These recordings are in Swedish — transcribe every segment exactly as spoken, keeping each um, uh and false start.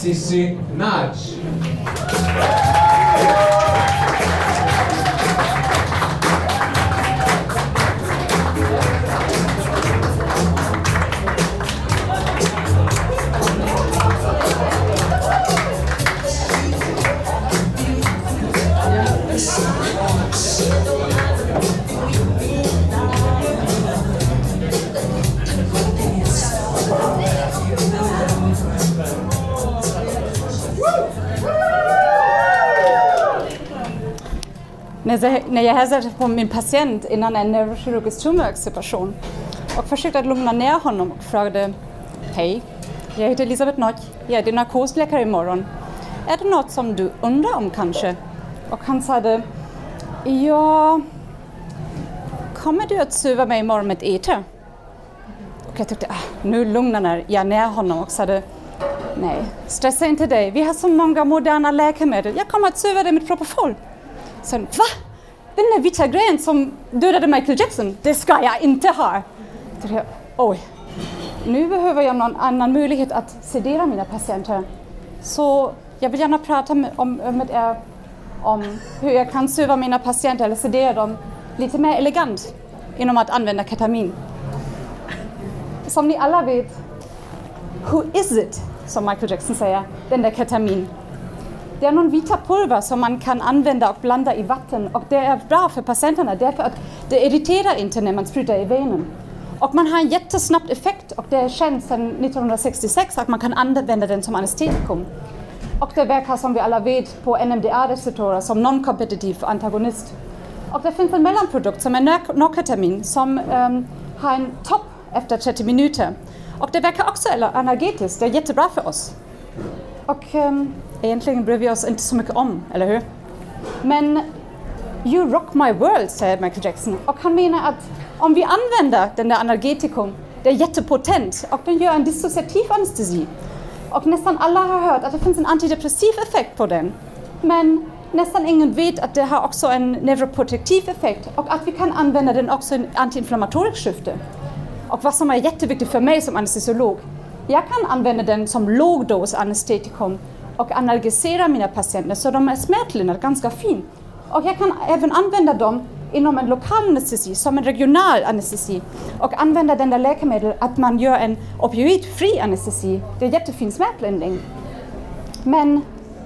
Sissi Nagy. När jag hälsade på min patient innan en neurokirurgisk tumöroperation och försökte att lugna ner honom och frågade: Hej, jag heter Elisabeth Nagy, jag är din narkosläkare imorgon. Är det något som du undrar om kanske? Och han sa: Ja, kommer du att söva mig imorgon med eter? Och jag tyckte, ah, nu lugnar jag ner honom och sa: Nej, stressa inte dig, vi har så många moderna läkemedel, jag kommer att söva dig med Propofol. Sen, va? Den där vita grejen som dödade Michael Jackson, det ska jag inte ha. Så jag, oj, nu behöver jag någon annan möjlighet att sedera mina patienter. Så jag vill gärna prata med, om, med er om hur jag kan söva mina patienter eller sedera dem lite mer elegant genom att använda ketamin. Som ni alla vet, who is it, som Michael Jackson säger, den där ketamin. Det är någon vita pulver som man kan använda och blanda i vatten, och det är bra för patienterna därför att det irriterar inte när man sprutar i venen. Och man har en jättesnabb effekt, och det är känt sedan nittonhundrasextiosex att man kan använda den som anestetikum. Och det verkar som vi alla vet på N M D A-receptorer som non-kompetitiv antagonist. Och det finns en mellanprodukt som är norketamin som um, har en topp efter trettio minuter. Och det verkar också analgetiskt, det är jättebra för oss. Och um, egentligen bryr vi oss inte så mycket om, eller hur? Men you rock my world, säger Michael Jackson. Och han menar att om vi använder den där analgetikum, det är jättepotent och den gör en dissociativ anestesi. Och nästan alla har hört att det finns en antidepressiv effekt på den. Men nästan ingen vet att det har också en neuroprotektiv effekt och att vi kan använda den också i antiinflammatorisk syfte. Och vad som är jätteviktigt för mig som anestesiolog, jag kan använda den som lågdos anestetikum och analgesera mina patienter så de är smärtlindrande ganska fint. Och jag kan även använda dem inom en lokal anestesi som en regional anestesi och använda den där läkemedel att man gör en opioidfri anestesi. Det är jättefin smärtlindring. Men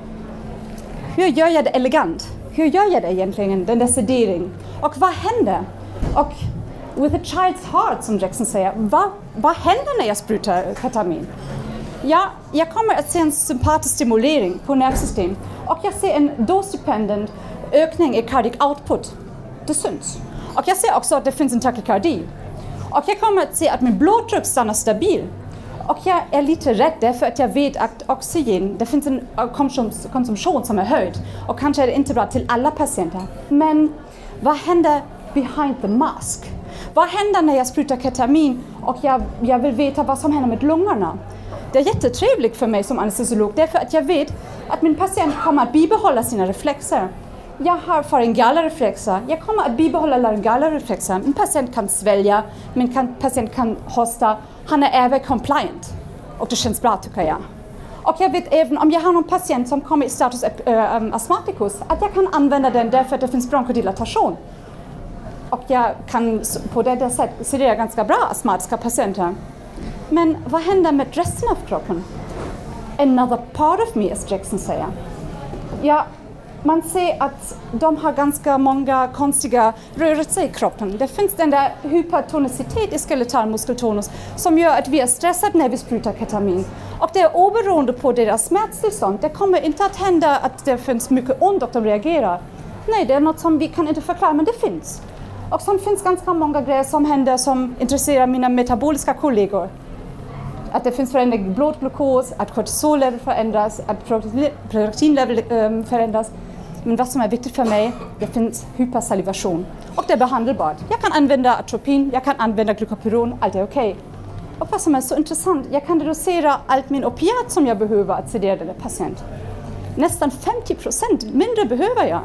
hur gör jag det elegant? Hur gör jag det egentligen, den där sedering? Och vad händer? Och with a child's heart, som Jackson säger, vad, vad händer när jag sprutar ketamin? Ja, jag kommer att se en sympatisk stimulering på nervsystem och jag ser en dose-dependent ökning i cardiac output. Det syns. Och jag ser också att det finns en takykardi. Och jag kommer att se att min blodtryck stannar stabil. Och jag är lite rädd därför att jag vet att oxygen, det finns en konsumtion som är höjd. Och kanske är det inte bra till alla patienter. Men vad händer behind the mask? Vad händer när jag sprutar ketamin och jag, jag vill veta vad som händer med lungorna? Det är jättetrevligt för mig som anestesiolog därför att jag vet att min patient kommer att bibehålla sina reflexer. Jag har faryngala reflexer, jag kommer att bibehålla laryngala reflexer. Min patient kan svälja, min kan, patient kan hosta, han är även compliant. Och det känns bra tycker jag. Och jag vet även om jag har någon patient som kommer i status äh, um, astmaticus att jag kan använda den därför att det finns bronkodilatation. Och jag kan på det sättet sedera ganska bra astmatiska patienter. Men vad händer med resten av kroppen? Another part of me, as Jackson säger. Ja, man ser att de har ganska många konstiga rörelser i kroppen. Det finns den där hypertonicitet i skeletal muskeltonus som gör att vi är stressade när vi sprutar ketamin. Och det är oberoende på deras smärtstillstånd. Det kommer inte att hända att det finns mycket ont och de reagerar. Nej, det är något som vi kan inte förklara, men det finns. Och sen finns ganska många grejer som händer som intresserar mina metaboliska kollegor. Att det finns förändring i blodglukos, att kortisollevel förändras, att prolaktinlevel um, förändras. Men vad som är viktigt för mig, det finns hypersalivation. Och det är behandelbart. Jag kan använda atropin, jag kan använda glukopyron, allt är okej. Okay. Och vad som är så intressant, jag kan reducera allt min opiat som jag behöver att sedera den patient. Nästan femtio procent mindre behöver jag.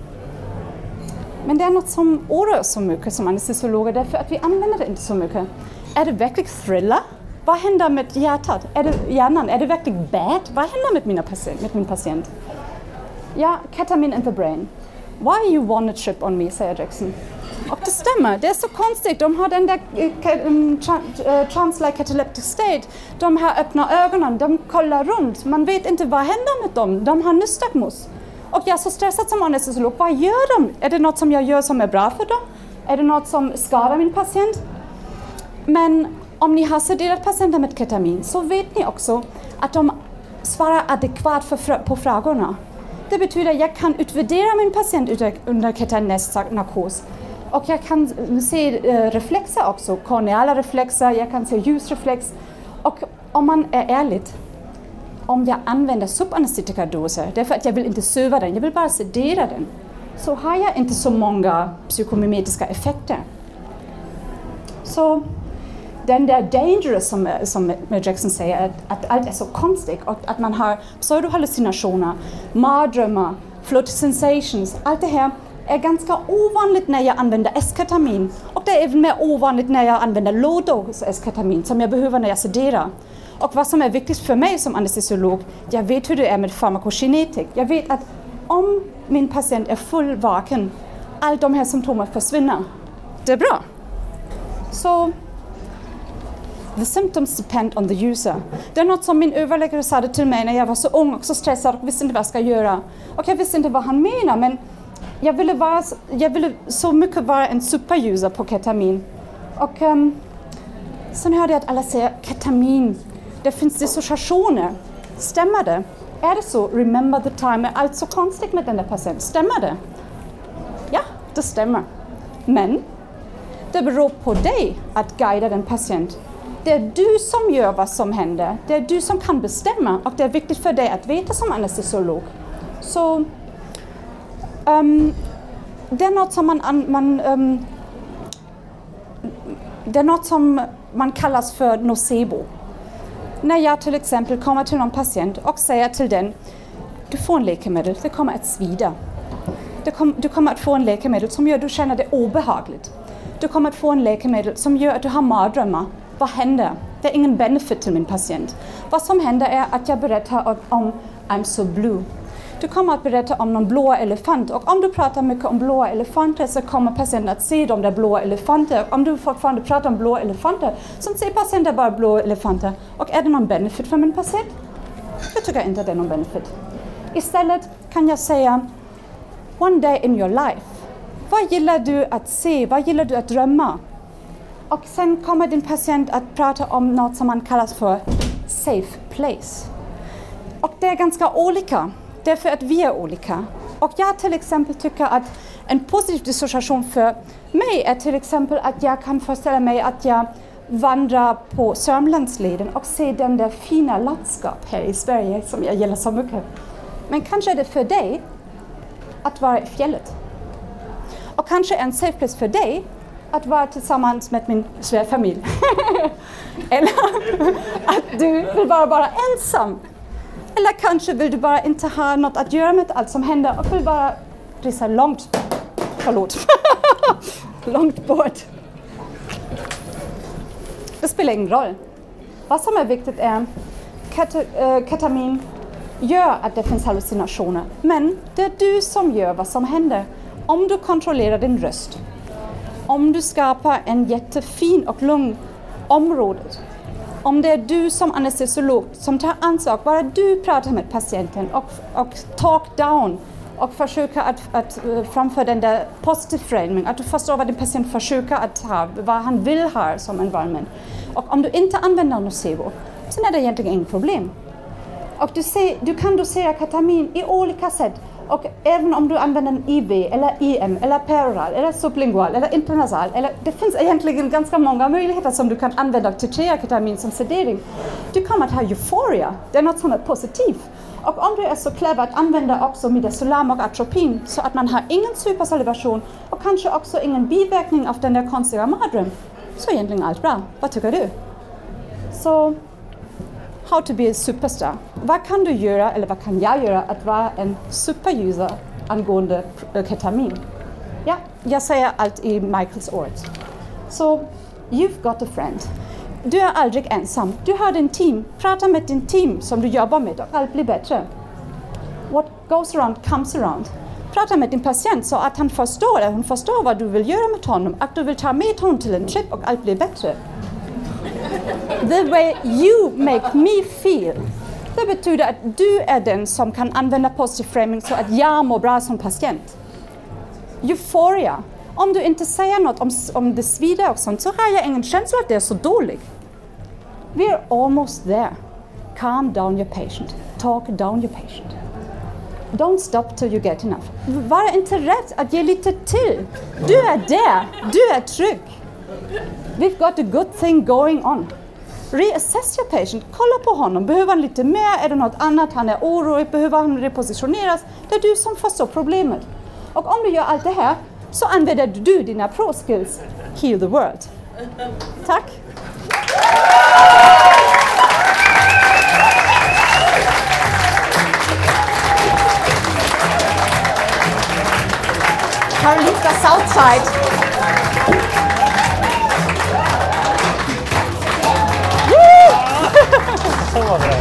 Men det är något som oroar så mycket som anestesiologer därför att vi använder det inte så mycket. Är det verkligen thriller Vad händer med hjärtat? Är det hjärnan? Är det verkligen bad? Vad händer med, mina patient, med min patient? Ja, ketamine in the brain. Why you want a chip on me, säger Jackson. Och det stämmer, det är så konstigt. De har den där um, tra- uh, trans-like cataleptic state. De har öppna ögonen, de kollar runt. Man vet inte vad händer med dem. De har nystagmus. Och jag är så stressad som anestesiolog. Vad gör de? Är det något som jag gör som är bra för dem? Är det något som skadar min patient? Men om ni har sederat patienter med ketamin så vet ni också att de svarar adekvat för, på frågorna. Det betyder att jag kan utvärdera min patient under ketaminarkos. Och jag kan se uh, reflexer också, korneala reflexer, jag kan se ljusreflex. Och om man är ärlig, om jag använder subanestetikadoser, därför att jag vill inte söva den, jag vill bara sedera den, så har jag inte så många psykomimetiska effekter. Så den där dangerous som, som Jackson säger, att, att allt är så konstigt och att man har pseudohallucinationer, mardrömmar, floating sensations, allt det här är ganska ovanligt när jag använder esketamin. Och det är även mer ovanligt när jag använder lågdos esketamin som jag behöver när jag sederar. Och vad som är viktigt för mig som anestesiolog, jag vet hur det är med farmakokinetik. Jag vet att om min patient är full vaken, alla de här symptomen försvinner. Det är bra. Så the symptoms depend on the user. Det är något som min överläkare sa till mig när jag var så ung och så stressad och visste inte vad jag ska göra. Och jag visste inte vad han menar, men jag ville, vara, jag ville så mycket vara en superuser på ketamin. Och um, sen hörde jag att alla säger ketamin, det finns dissociationer. Stämmer det? Är det så? Remember the time. Är allt så konstigt med den där patienten? Stämmer det? Ja, det stämmer. Men det beror på dig att guida den patient. Det är du som gör vad som händer. Det är du som kan bestämma och det är viktigt för dig att veta som anestesiolog. Så um, det är något som man, man um, det är något som man kallas för nocebo. När jag till exempel kommer till någon patient och säger till den, du får en läkemedel, det kommer att svida. Du, kom, du kommer att få en läkemedel som gör att du känner det obehagligt. Du kommer att få en läkemedel som gör att du har mardrömmar. Vad händer? Det är ingen benefit till min patient. Vad som händer är att jag berättar om I'm so blue. Du kommer att berätta om någon blå elefant och om du pratar mycket om blåa elefanter så kommer patienten att se de där blåa elefanter. Om du fortfarande pratar om blåa elefanter så ser patienten bara blåa elefanter. Och är det någon benefit för min patient? Jag tycker inte att det är någon benefit. Istället kan jag säga, one day in your life, vad gillar du att se? Vad gillar du att drömma? Och sen kommer din patient att prata om något som man kallar för safe place. Och det är ganska olika. Därför att vi är olika. Och jag till exempel tycker att en positiv dissociation för mig är till exempel att jag kan föreställa mig att jag vandrar på Sörmlandsleden och ser den där fina landskap här i Sverige som jag gillar så mycket. Men kanske är det för dig att vara i fjället. Och kanske är en safe place för dig att vara tillsammans med min svärfamilj. Eller att du vill vara bara ensam. Eller kanske vill du bara inte ha något att göra med allt som händer och vill bara resa långt, förlåt, långt bort. Det spelar ingen roll. Vad som är viktigt är att äh, ketamin gör att det finns hallucinationer. Men det är du som gör vad som händer. Om du kontrollerar din röst. Om du skapar en jättefin och lugn område. Om det är du som anestesiolog som tar ansvar, bara du pratar med patienten och, och talk down och försöker att, att framföra den där positive framing, att du förstår vad din patient försöker att ha, vad han vill ha som environment. Och om du inte använder nocebo, så är det egentligen inget problem. Och du, ser, du kan dosera ketamin i olika sätt. Och även om du använder en I V eller I M eller peroral eller sublingual eller intranasal, eller det finns egentligen ganska många möjligheter som du kan använda till ketamin som sedering. Du kommer att ha euphoria, det är något som är positivt. Och om du är så clever att använda också midazolam och atropin så att man har ingen supersalivation och kanske också ingen biverkning av den där konstiga mardröm, så är egentligen allt bra. Vad tycker du? Så how to be a superstar. Vad kan du göra, eller vad kan jag göra att vara en superuser angående ketamin? Ja, jag säger allt i Michaels ord. Så, you've got a friend. Du är aldrig ensam. Du har din team. Prata med din team som du jobbar med och allt blir bättre. What goes around comes around. Prata med din patient så att han förstår att hon förstår vad du vill göra med honom. Att du vill ta med honom till en trip och allt blir bättre. The way you make me feel. Det betyder att du är den som kan använda positiv framing så att jag mår bra som patient. Euphoria. Om du inte säger något om, om det svider och sånt så har jag ingen känsla att det är så dåligt. We're almost there. Calm down your patient. Talk down your patient. Don't stop till you get enough. Var inte rädd att ge lite till. Du är där. Du är trygg. We've got a good thing going on. Reassess your patient. Kolla på honom. Behöver han lite mer? Är det något annat? Han är orolig. Behöver han repositioneras? Det är du som förstår problemet. Och om du gör allt det här så använder du dina pro-skills. Heal the world. Tack. Karolinska Southside. Så var det.